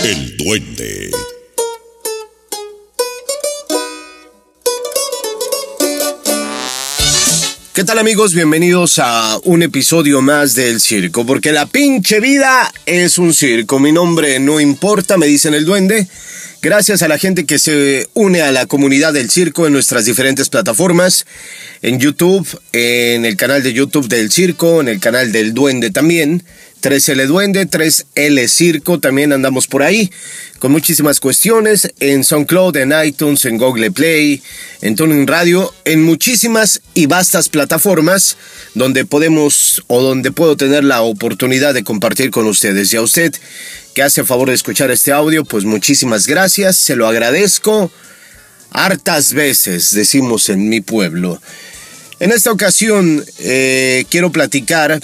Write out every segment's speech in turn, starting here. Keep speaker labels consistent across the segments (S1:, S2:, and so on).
S1: El Duende.
S2: ¿Qué tal, amigos? Bienvenidos a un episodio más del circo, porque la pinche vida es un circo. Mi nombre no importa, me dicen el Duende. Gracias a la gente que se une a la comunidad del circo en nuestras diferentes plataformas, en YouTube, en el canal de YouTube del circo, en el canal del Duende también. 3L Duende, 3L Circo, también andamos por ahí con muchísimas cuestiones en SoundCloud, en iTunes, en Google Play, en TuneIn Radio, en muchísimas y vastas plataformas donde podemos o donde puedo tener la oportunidad de compartir con ustedes. Y a usted que hace el favor de escuchar este audio, pues muchísimas gracias, se lo agradezco hartas veces, decimos en mi pueblo. En esta ocasión quiero platicar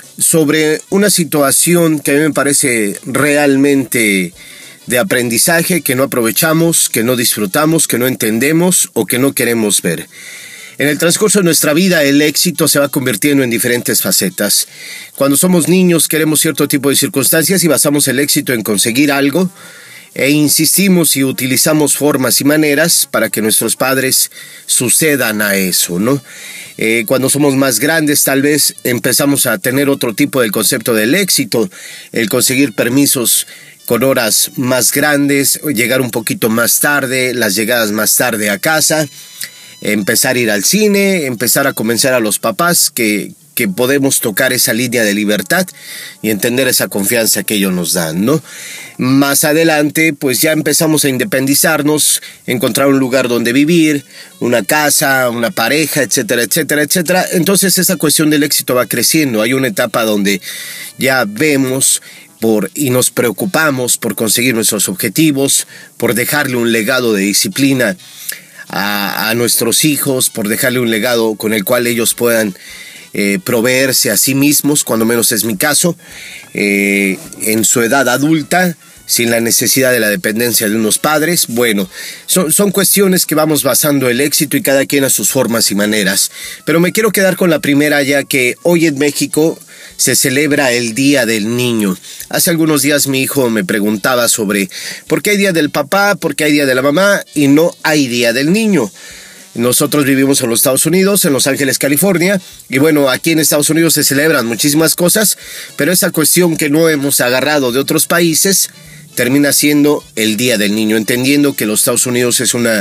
S2: sobre una situación que a mí me parece realmente de aprendizaje, que no aprovechamos, que no disfrutamos, que no entendemos o que no queremos ver. En el transcurso de nuestra vida, el éxito se va convirtiendo en diferentes facetas. Cuando somos niños queremos cierto tipo de circunstancias y basamos el éxito en conseguir algo e insistimos y utilizamos formas y maneras para que nuestros padres sucedan a eso, ¿no? Cuando somos más grandes, tal vez empezamos a tener otro tipo del concepto del éxito, el conseguir permisos con horas más grandes, llegar un poquito más tarde, las llegadas más tarde a casa, empezar a ir al cine, empezar a convencer a los papás que podemos tocar esa línea de libertad y entender esa confianza que ellos nos dan, ¿no? Más adelante, pues ya empezamos a independizarnos, encontrar un lugar donde vivir, una casa, una pareja, etcétera, etcétera, etcétera. Entonces esa cuestión del éxito va creciendo. Hay una etapa donde ya vemos y nos preocupamos por conseguir nuestros objetivos, por dejarle un legado de disciplina a nuestros hijos, por dejarle un legado con el cual ellos puedan proveerse a sí mismos, cuando menos es mi caso, en su edad adulta, sin la necesidad de la dependencia de unos padres. Bueno, son cuestiones que vamos basando el éxito y cada quien a sus formas y maneras. Pero me quiero quedar con la primera, ya que hoy en México se celebra el Día del Niño. Hace algunos días mi hijo me preguntaba sobre por qué hay Día del Papá, por qué hay Día de la Mamá y no hay Día del Niño. Nosotros vivimos en los Estados Unidos, en Los Ángeles, California, y bueno, aquí en Estados Unidos se celebran muchísimas cosas, pero esa cuestión que no hemos agarrado de otros países termina siendo el Día del Niño, entendiendo que los Estados Unidos es una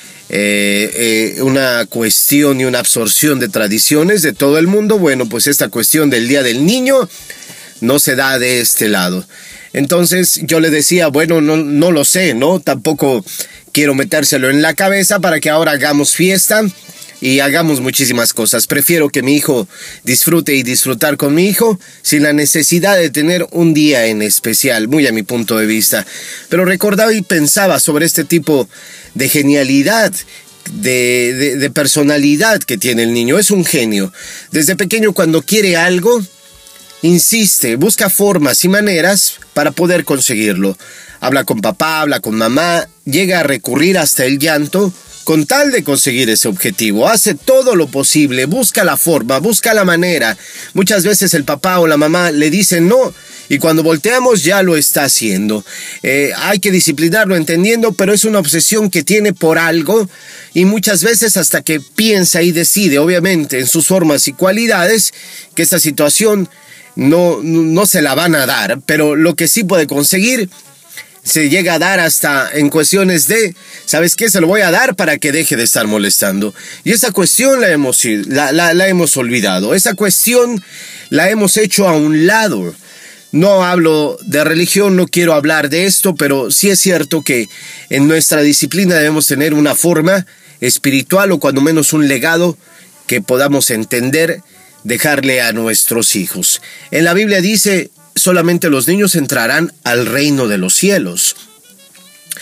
S2: cuestión y una absorción de tradiciones de todo el mundo. Bueno, pues esta cuestión del Día del Niño no se da de este lado. Entonces yo le decía, bueno, no lo sé, ¿no? Tampoco quiero metérselo en la cabeza para que ahora hagamos fiesta y hagamos muchísimas cosas. Prefiero que mi hijo disfrute y disfrutar con mi hijo sin la necesidad de tener un día en especial, muy a mi punto de vista. Pero recordaba y pensaba sobre este tipo de genialidad, de personalidad que tiene el niño. Es un genio. Desde pequeño, cuando quiere algo, insiste, busca formas y maneras para poder conseguirlo. Habla con papá, habla con mamá, llega a recurrir hasta el llanto con tal de conseguir ese objetivo. Hace todo lo posible, busca la forma, busca la manera. Muchas veces el papá o la mamá le dicen no y cuando volteamos ya lo está haciendo. Hay que disciplinarlo entendiendo, pero es una obsesión que tiene por algo y muchas veces hasta que piensa y decide, obviamente, en sus formas y cualidades, que esta situación no se la van a dar, pero lo que sí puede conseguir se llega a dar hasta en cuestiones de, ¿sabes qué? Se lo voy a dar para que deje de estar molestando. Y esa cuestión la hemos olvidado. Esa cuestión la hemos hecho a un lado. No hablo de religión, no quiero hablar de esto, pero sí es cierto que en nuestra disciplina debemos tener una forma espiritual o cuando menos un legado que podamos entender, dejarle a nuestros hijos. En la Biblia dice: solamente los niños entrarán al reino de los cielos.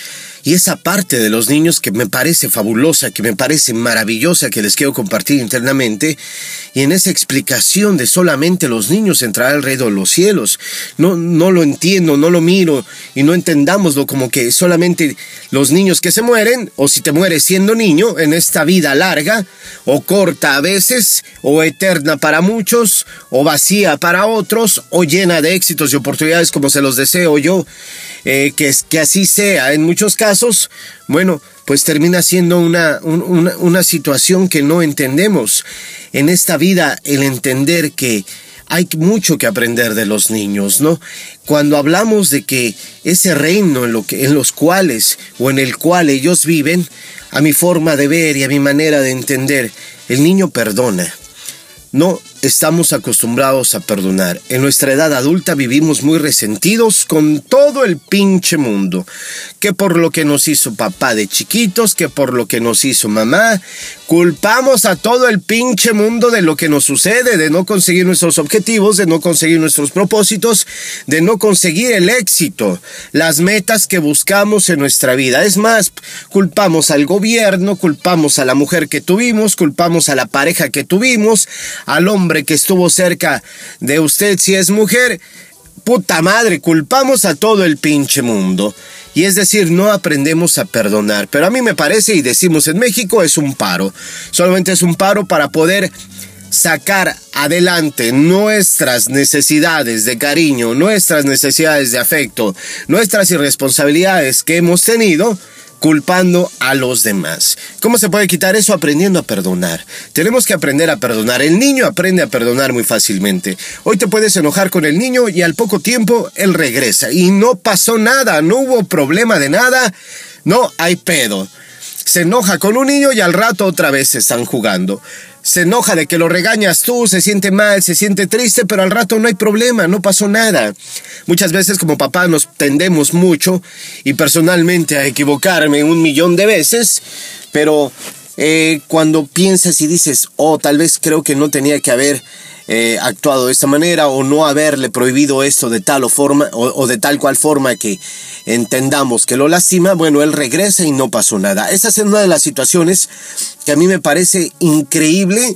S2: Y esa parte de los niños que me parece fabulosa, que me parece maravillosa, que les quiero compartir internamente, y en esa explicación de solamente los niños entrará al reino de los cielos. No lo entiendo, no lo miro, y no entendámoslo como que solamente los niños que se mueren, o si te mueres siendo niño, en esta vida larga, o corta a veces, o eterna para muchos, o vacía para otros, o llena de éxitos y oportunidades como se los deseo yo, que así sea en muchos casos, bueno, pues termina siendo una situación que no entendemos. En esta vida, el entender que hay mucho que aprender de los niños, ¿no? Cuando hablamos de que ese reino en los cuales o en el cual ellos viven, a mi forma de ver y a mi manera de entender, el niño perdona. No estamos acostumbrados a perdonar. En nuestra edad adulta vivimos muy resentidos con todo el pinche mundo. Que por lo que nos hizo papá de chiquitos, que por lo que nos hizo mamá. Culpamos a todo el pinche mundo de lo que nos sucede, de no conseguir nuestros objetivos, de no conseguir nuestros propósitos, de no conseguir el éxito, las metas que buscamos en nuestra vida. Es más, culpamos al gobierno, culpamos a la mujer que tuvimos, culpamos a la pareja que tuvimos, al hombre que estuvo cerca de usted si es mujer. Puta madre, culpamos a todo el pinche mundo. Y es decir, no aprendemos a perdonar. Pero a mí me parece, y decimos en México, es un paro. Solamente es un paro para poder sacar adelante nuestras necesidades de cariño, nuestras necesidades de afecto, nuestras irresponsabilidades que hemos tenido, culpando a los demás. ¿Cómo se puede quitar eso? Aprendiendo a perdonar. Tenemos que aprender a perdonar. El niño aprende a perdonar muy fácilmente. Hoy te puedes enojar con el niño y al poco tiempo él regresa. Y no pasó nada, no hubo problema de nada, no hay pedo. Se enoja con un niño y al rato otra vez se están jugando. Se enoja de que lo regañas tú, se siente mal, se siente triste, pero al rato no hay problema, no pasó nada. Muchas veces como papá nos tendemos mucho, y personalmente a equivocarme 1,000,000 de veces, pero cuando piensas y dices, tal vez creo que no tenía que haber actuado de esta manera, o no haberle prohibido esto de tal forma, o de tal cual forma que entendamos que lo lastima, bueno, él regresa y no pasó nada. Esa es una de las situaciones que a mí me parece increíble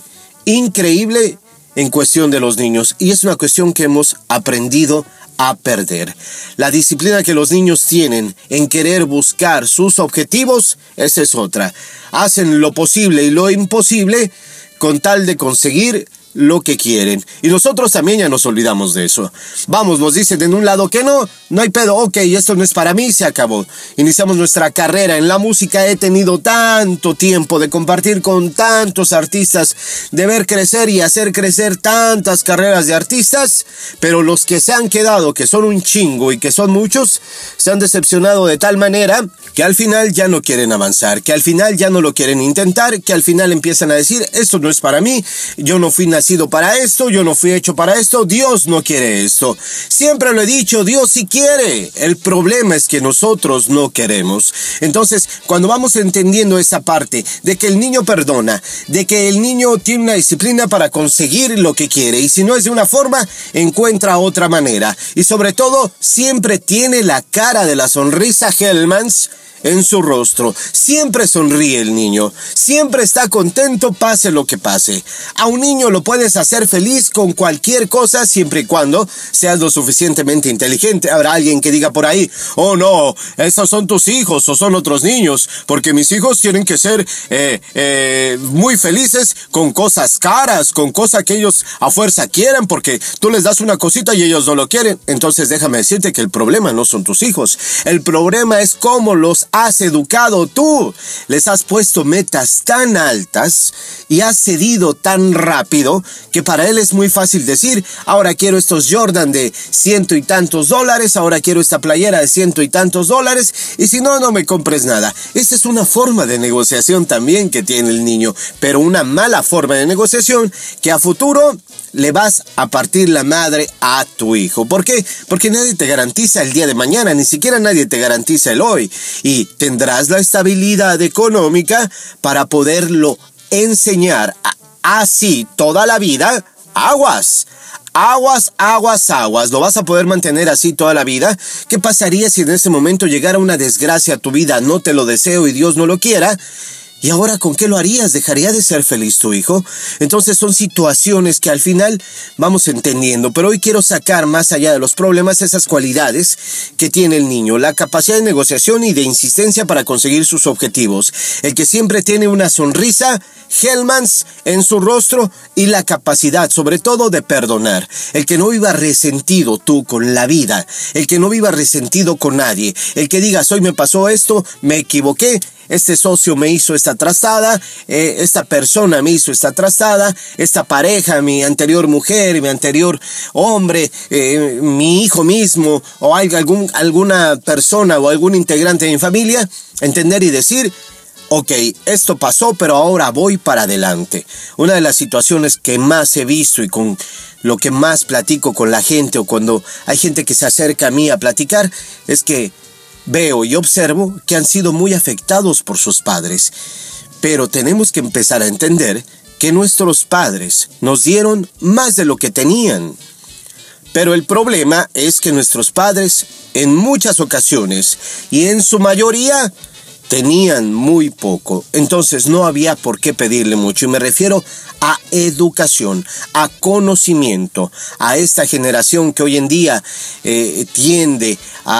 S2: en cuestión de los niños, y es una cuestión que hemos aprendido a perder. La disciplina que los niños tienen en querer buscar sus objetivos, esa es otra. Hacen lo posible y lo imposible con tal de conseguir lo que quieren. Y nosotros también ya nos olvidamos de eso. Vamos, nos dicen en un lado que no hay pedo, ok, esto no es para mí, se acabó. Iniciamos nuestra carrera en la música, he tenido tanto tiempo de compartir con tantos artistas, de ver crecer y hacer crecer tantas carreras de artistas, pero los que se han quedado, que son un chingo y que son muchos, se han decepcionado de tal manera que al final ya no quieren avanzar, que al final ya no lo quieren intentar, que al final empiezan a decir, esto no es para mí, yo no fui nacido para esto, yo no fui hecho para esto, Dios no quiere esto. Siempre lo he dicho, Dios sí quiere. El problema es que nosotros no queremos. Entonces, cuando vamos entendiendo esa parte de que el niño perdona, de que el niño tiene una disciplina para conseguir lo que quiere, y si no es de una forma, encuentra otra manera. Y sobre todo, siempre tiene la cara de la sonrisa Hellmann's en su rostro. Siempre sonríe el niño, siempre está contento pase lo que pase. A un niño lo puedes hacer feliz con cualquier cosa siempre y cuando seas lo suficientemente inteligente. Habrá alguien que diga por ahí, oh no, esos son tus hijos o son otros niños, porque mis hijos tienen que ser muy felices con cosas caras, con cosas que ellos a fuerza quieran, porque tú les das una cosita y ellos no lo quieren. Entonces déjame decirte que el problema no son tus hijos, el problema es cómo los has educado tú. Les has puesto metas tan altas y has cedido tan rápido que para él es muy fácil decir, ahora quiero estos Jordan de $100 y tantos, ahora quiero esta playera de $100 y tantos, y si no, no me compres nada. Esa es una forma de negociación también que tiene el niño, pero una mala forma de negociación que a futuro le vas a partir la madre a tu hijo. ¿Por qué? Porque nadie te garantiza el día de mañana, ni siquiera nadie te garantiza el hoy. Y tendrás la estabilidad económica para poderlo enseñar así toda la vida. Aguas. Aguas, aguas, aguas. ¿Lo vas a poder mantener así toda la vida? ¿Qué pasaría si en ese momento llegara una desgracia a tu vida? No te lo deseo y Dios no lo quiera. ¿Y ahora con qué lo harías? ¿Dejaría de ser feliz tu hijo? Entonces son situaciones que al final vamos entendiendo. Pero hoy quiero sacar más allá de los problemas esas cualidades que tiene el niño. La capacidad de negociación y de insistencia para conseguir sus objetivos. El que siempre tiene una sonrisa, Hellmann's en su rostro y la capacidad sobre todo de perdonar. El que no viva resentido tú con la vida. El que no viva resentido con nadie. El que digas, hoy me pasó esto, me equivoqué. Este socio me hizo esta trastada, esta persona me hizo esta trastada, esta pareja, mi anterior mujer, mi anterior hombre, mi hijo mismo o alguna persona o algún integrante de mi familia, entender y decir, ok, esto pasó, pero ahora voy para adelante. Una de las situaciones que más he visto y con lo que más platico con la gente o cuando hay gente que se acerca a mí a platicar es que veo y observo que han sido muy afectados por sus padres, pero tenemos que empezar a entender que nuestros padres nos dieron más de lo que tenían. Pero el problema es que nuestros padres en muchas ocasiones y en su mayoría tenían muy poco, entonces no había por qué pedirle mucho. Y me refiero a educación, a conocimiento, a esta generación que hoy en día tiende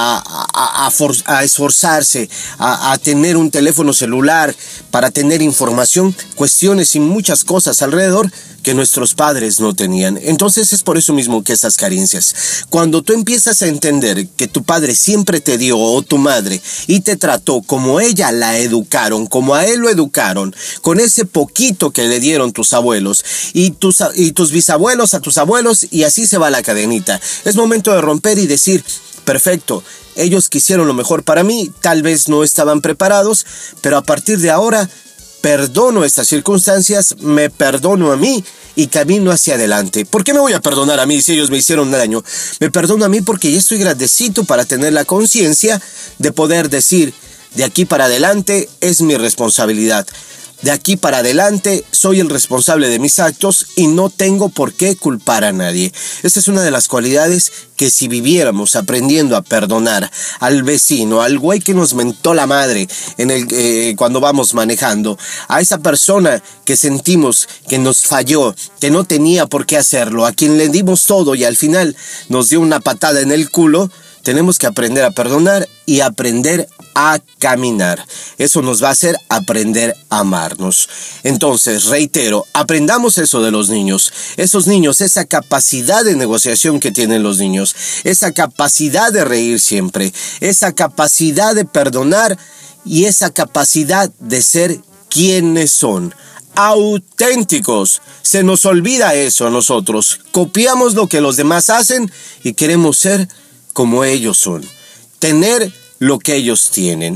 S2: a esforzarse, a tener un teléfono celular para tener información, cuestiones y muchas cosas alrededor que nuestros padres no tenían. Entonces es por eso mismo que esas carencias. Cuando tú empiezas a entender que tu padre siempre te dio o tu madre y te trató como ella la educaron, como a él lo educaron, con ese poquito que le dieron tus abuelos y tus bisabuelos a tus abuelos y así se va la cadenita. Es momento de romper y decir, perfecto, ellos quisieron lo mejor para mí, tal vez no estaban preparados, pero a partir de ahora perdono estas circunstancias, me perdono a mí y camino hacia adelante. ¿Por qué me voy a perdonar a mí si ellos me hicieron daño? Me perdono a mí porque ya estoy grandecito para tener la conciencia de poder decir, de aquí para adelante es mi responsabilidad. De aquí para adelante soy el responsable de mis actos y no tengo por qué culpar a nadie. Esa es una de las cualidades que si viviéramos aprendiendo a perdonar al vecino, al güey que nos mentó la madre cuando vamos manejando, a esa persona que sentimos que nos falló, que no tenía por qué hacerlo, a quien le dimos todo y al final nos dio una patada en el culo, tenemos que aprender a perdonar y aprender a caminar. Eso nos va a hacer aprender a amarnos. Entonces, reitero, aprendamos eso de los niños. Esos niños, esa capacidad de negociación que tienen los niños, esa capacidad de reír siempre, esa capacidad de perdonar y esa capacidad de ser quienes son. Auténticos. Se nos olvida eso a nosotros. Copiamos lo que los demás hacen y queremos ser como ellos son. Tener lo que ellos tienen.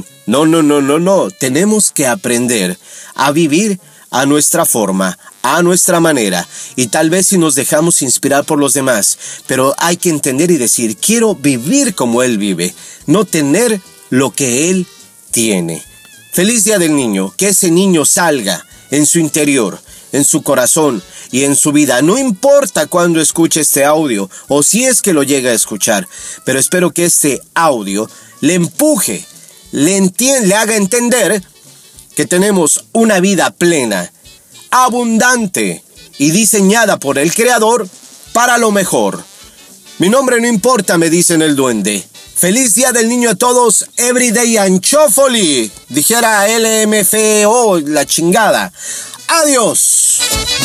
S2: No. Tenemos que aprender a vivir a nuestra forma, a nuestra manera. Y tal vez si nos dejamos inspirar por los demás, pero hay que entender y decir, quiero vivir como él vive, no tener lo que él tiene. Feliz Día del Niño. Que ese niño salga en su interior, en su corazón y en su vida. No importa cuándo escuche este audio o si es que lo llega a escuchar, pero espero que este audio le empuje, le haga entender que tenemos una vida plena, abundante y diseñada por el Creador para lo mejor. Mi nombre no importa, me dicen el duende. Feliz Día del Niño a todos, everyday anchofoli, dijera LMFO, la chingada. Adiós.